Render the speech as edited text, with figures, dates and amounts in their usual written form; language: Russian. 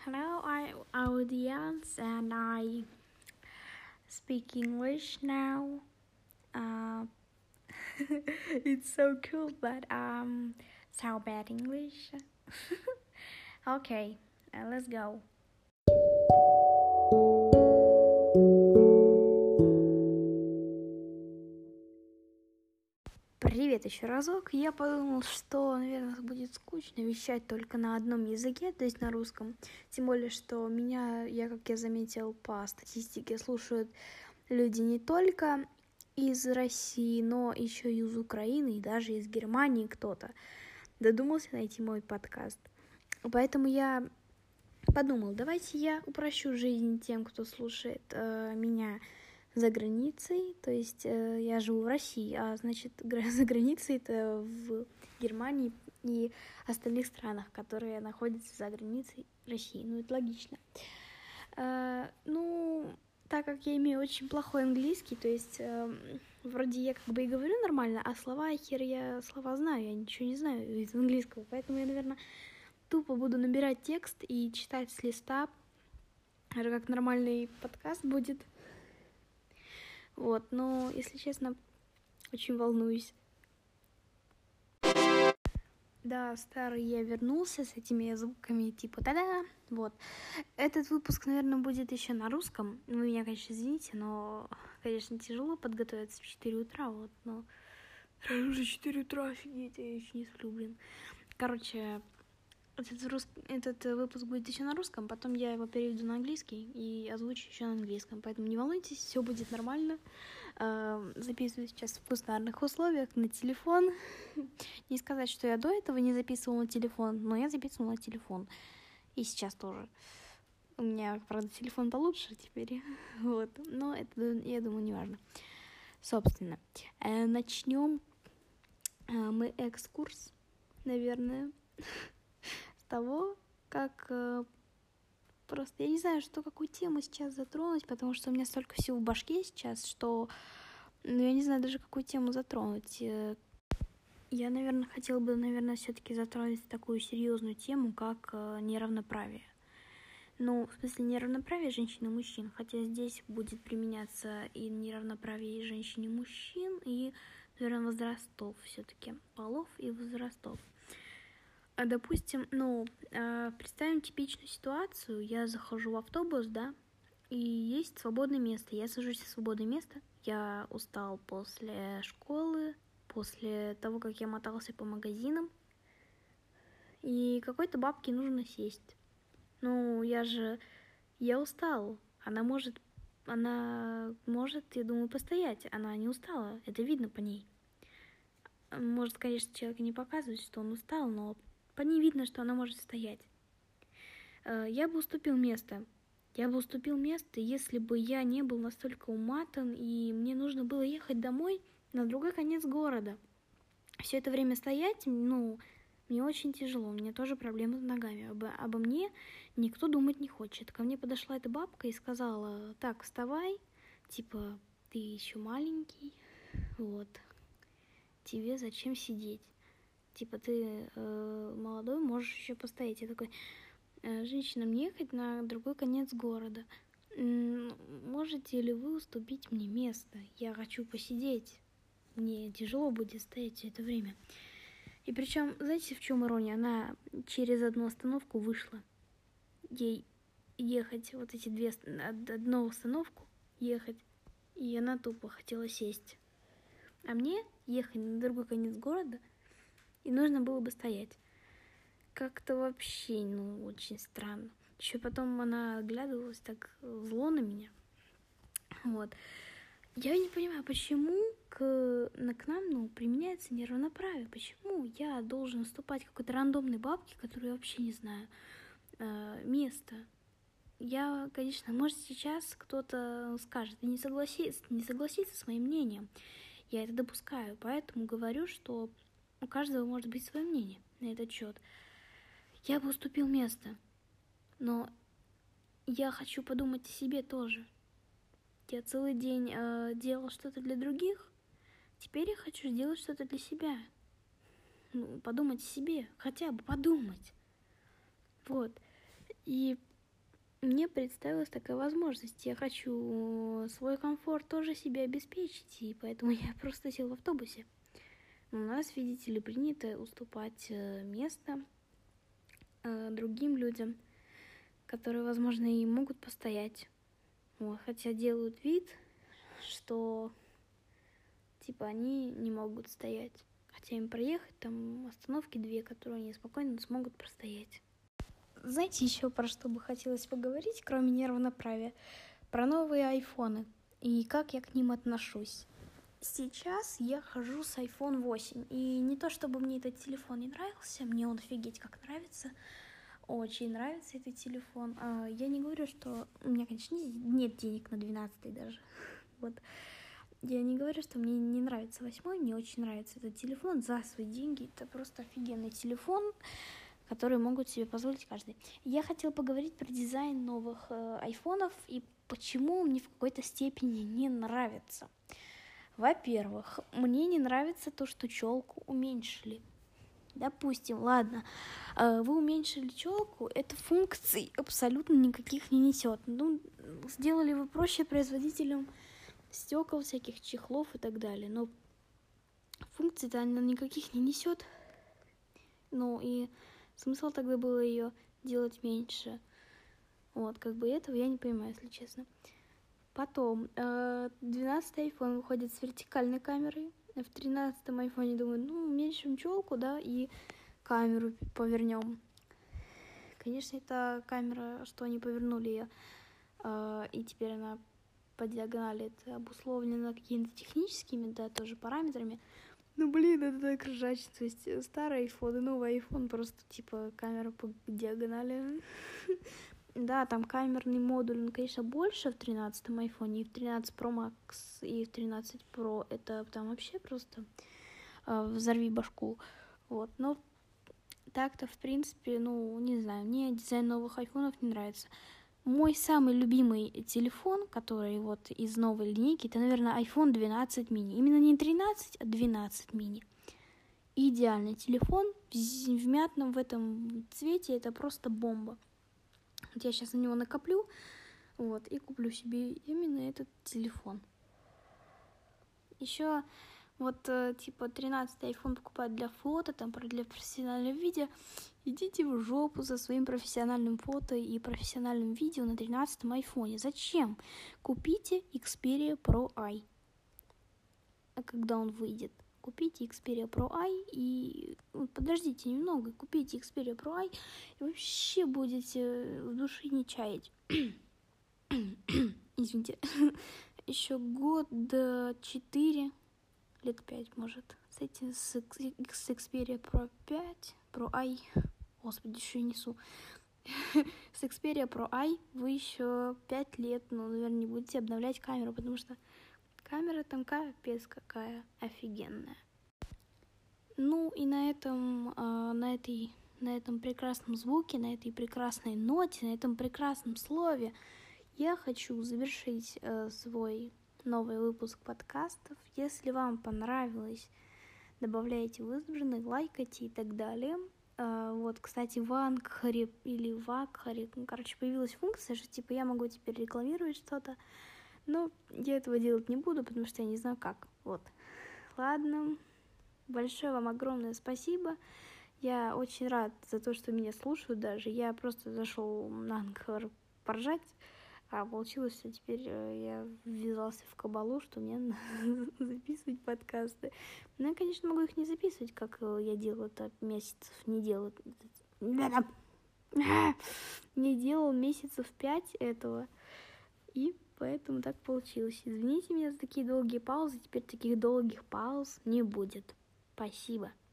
Hello, audience, and I speak English now. Uh, it's so cool, but so bad English. Okay, let's go. Привет еще разок. Я подумал, что, наверное, будет скучно вещать только на одном языке, то есть на русском. Тем более, что меня, как я заметил по статистике, слушают люди не только из России, но еще и из Украины, и даже из Германии кто-то додумался найти мой подкаст. Поэтому я подумал, давайте я упрощу жизнь тем, кто слушает меня за границей, то есть я живу в России, а значит за границей это в Германии и остальных странах, которые находятся за границей России. Ну, это логично. Так как я имею очень плохой английский, то есть вроде я как бы и говорю нормально, а слова я слова знаю, я ничего не знаю из английского, поэтому я, наверное, тупо буду набирать текст и читать с листа, как нормальный подкаст будет. Вот, но, если честно, очень волнуюсь. Да, старый я вернулся с этими звуками, типа та-да, вот. Этот выпуск, наверное, будет еще на русском. Вы меня, конечно, извините, но, конечно, тяжело подготовиться в 4 утра, вот, но... Уже 4 утра, офигеть, я еще не сплю, блин. Короче, этот выпуск будет еще на русском, потом я его переведу на английский и озвучу еще на английском, поэтому не волнуйтесь, все будет нормально. Записываю сейчас в кустарных условиях на телефон. Не сказать, что я до этого не записывала на телефон, но я записывала на телефон. И сейчас тоже. У меня, правда, телефон получше теперь. Вот. Но это, я думаю, не важно. Собственно, начнем мы экскурс, наверное, с того, как... Просто я не знаю, какую тему сейчас затронуть, потому что у меня столько всего в башке сейчас, что я не знаю даже, какую тему затронуть. Я, наверное, хотела бы, все-таки затронуть такую серьезную тему, как неравноправие. Ну, в смысле, неравноправие женщин и мужчин, хотя здесь будет применяться и неравноправие женщин и мужчин, и, наверное, возрастов все-таки, полов и возрастов. Допустим, представим типичную ситуацию. Я захожу в автобус, да, и есть свободное место. Я сажусь в свободное место. Я устал после школы, после того, как я мотался по магазинам. И какой-то бабке нужно сесть. Я устал. Она может, я думаю, постоять. Она не устала. Это видно по ней. Может, конечно, человек не показывает, что он устал, но по ней видно, что она может стоять. Я бы уступил место. Если бы я не был настолько уматан, и мне нужно было ехать домой на другой конец города. Все это время стоять, мне очень тяжело. У меня тоже проблемы с ногами. Обо мне никто думать не хочет. Ко мне подошла эта бабка и сказала: так, вставай, типа, ты еще маленький, вот, тебе зачем сидеть? Типа, ты молодой, можешь еще постоять. Я такой: женщина, мне ехать на другой конец города. Можете ли вы уступить мне место? Я хочу посидеть. Мне тяжело будет стоять все это время. И причем, знаете, в чем ирония? Она через одну остановку вышла. Ей ехать одну остановку ехать, и она тупо хотела сесть. А мне ехать на другой конец города, и нужно было бы стоять. Как-то вообще, очень странно. Еще потом она оглядывалась так зло на меня. Вот. Я не понимаю, почему к нам, применяется неравноправие. Почему я должен уступать какой-то рандомной бабке, которую я вообще не знаю, место? Я, конечно, может, сейчас кто-то скажет и не согласится с моим мнением. Я это допускаю, поэтому говорю, что у каждого может быть свое мнение на этот счет. Я бы уступил место, но я хочу подумать о себе тоже. Я целый день делал что-то для других, теперь я хочу сделать что-то для себя. Подумать о себе, хотя бы подумать. Вот. И мне представилась такая возможность. Я хочу свой комфорт тоже себе обеспечить, и поэтому я просто сел в автобусе. У нас, видите ли, принято уступать место другим людям, которые, возможно, и могут постоять. Вот, хотя делают вид, что типа они не могут стоять. Хотя им проехать там остановки 2, которые они спокойно смогут простоять. Знаете, еще про что бы хотелось поговорить, кроме неравноправия? Про новые айфоны и как я к ним отношусь. Сейчас я хожу с iPhone 8, и не то чтобы мне этот телефон не нравился, мне он офигеть как нравится, очень нравится этот телефон. Я не говорю, что у меня, конечно, нет денег на 12 даже, вот. Я не говорю, что мне не нравится 8, мне очень нравится этот телефон за свои деньги, это просто офигенный телефон, который могут себе позволить каждый. Я хотела поговорить про дизайн новых айфонов и почему мне в какой-то степени не нравится. Во-первых, мне не нравится то, что челку уменьшили. Допустим, ладно, вы уменьшили челку, это функций абсолютно никаких не несет. Ну, сделали вы проще производителям стекол, всяких чехлов и так далее. Но функций-то она никаких не несет. Ну и смысл тогда было ее делать меньше. Вот, как бы этого я не понимаю, если честно. Потом, 12-й iPhone выходит с вертикальной камерой. В 13-м iPhone думаю, ну, уменьшим челку, да, и камеру повернем. Конечно, это камера, что они повернули ее, и теперь она по диагонали, это обусловлено какими-то техническими, да, тоже параметрами. Ну, блин, это так ржач. То есть старый iPhone и новый iPhone просто, типа, камера по диагонали. Да, там камерный модуль, он, конечно, больше в 13-м iPhone, и в 13 Pro Max, и в 13 Pro. Это там вообще просто взорви башку. Вот, но так-то, в принципе, ну, не знаю, мне дизайн новых айфонов не нравится. Мой самый любимый телефон, который вот из новой линейки, это, наверное, iPhone 12 mini. Именно не 13, а 12 mini. Идеальный телефон в мятном в этом цвете, это просто бомба. Вот я сейчас на него накоплю, вот, и куплю себе именно этот телефон. Еще вот, типа, 13-й iPhone покупать для фото, там, для профессионального видео. Идите в жопу со своим профессиональным фото и профессиональным видео на 13-м iPhone. Зачем? Купите Xperia Pro I. А когда он выйдет? Купите Xperia Pro I и... Подождите немного, купите Xperia Pro I и вообще будете в душе не чаять. Извините. Еще год до 4, лет 5, может. С этим, с Xperia Pro 5, Pro I... Господи, еще и несу. С Xperia Pro I вы еще 5 лет, ну, наверное, не будете обновлять камеру, потому что камера там капец какая офигенная. Ну и на этом прекрасном звуке, на этой прекрасной ноте, на этом прекрасном слове я хочу завершить свой новый выпуск подкастов. Если вам понравилось, добавляйте в избранные, лайкайте и так далее. Вот, кстати, в Анкоре или в Акхаре, короче, появилась функция, что типа я могу теперь рекламировать что-то, но я этого делать не буду, потому что я не знаю как. Вот. Ладно, большое вам огромное спасибо. Я очень рад за то, что меня слушают даже. Я просто зашел на Анкор поржать, а получилось, что теперь я ввязался в кабалу, что мне надо записывать подкасты. Но я, конечно, могу их не записывать, как я делал это месяцев, не делал месяцев 5 этого. И поэтому так получилось. Извините меня за такие долгие паузы. Теперь таких долгих пауз не будет. Спасибо.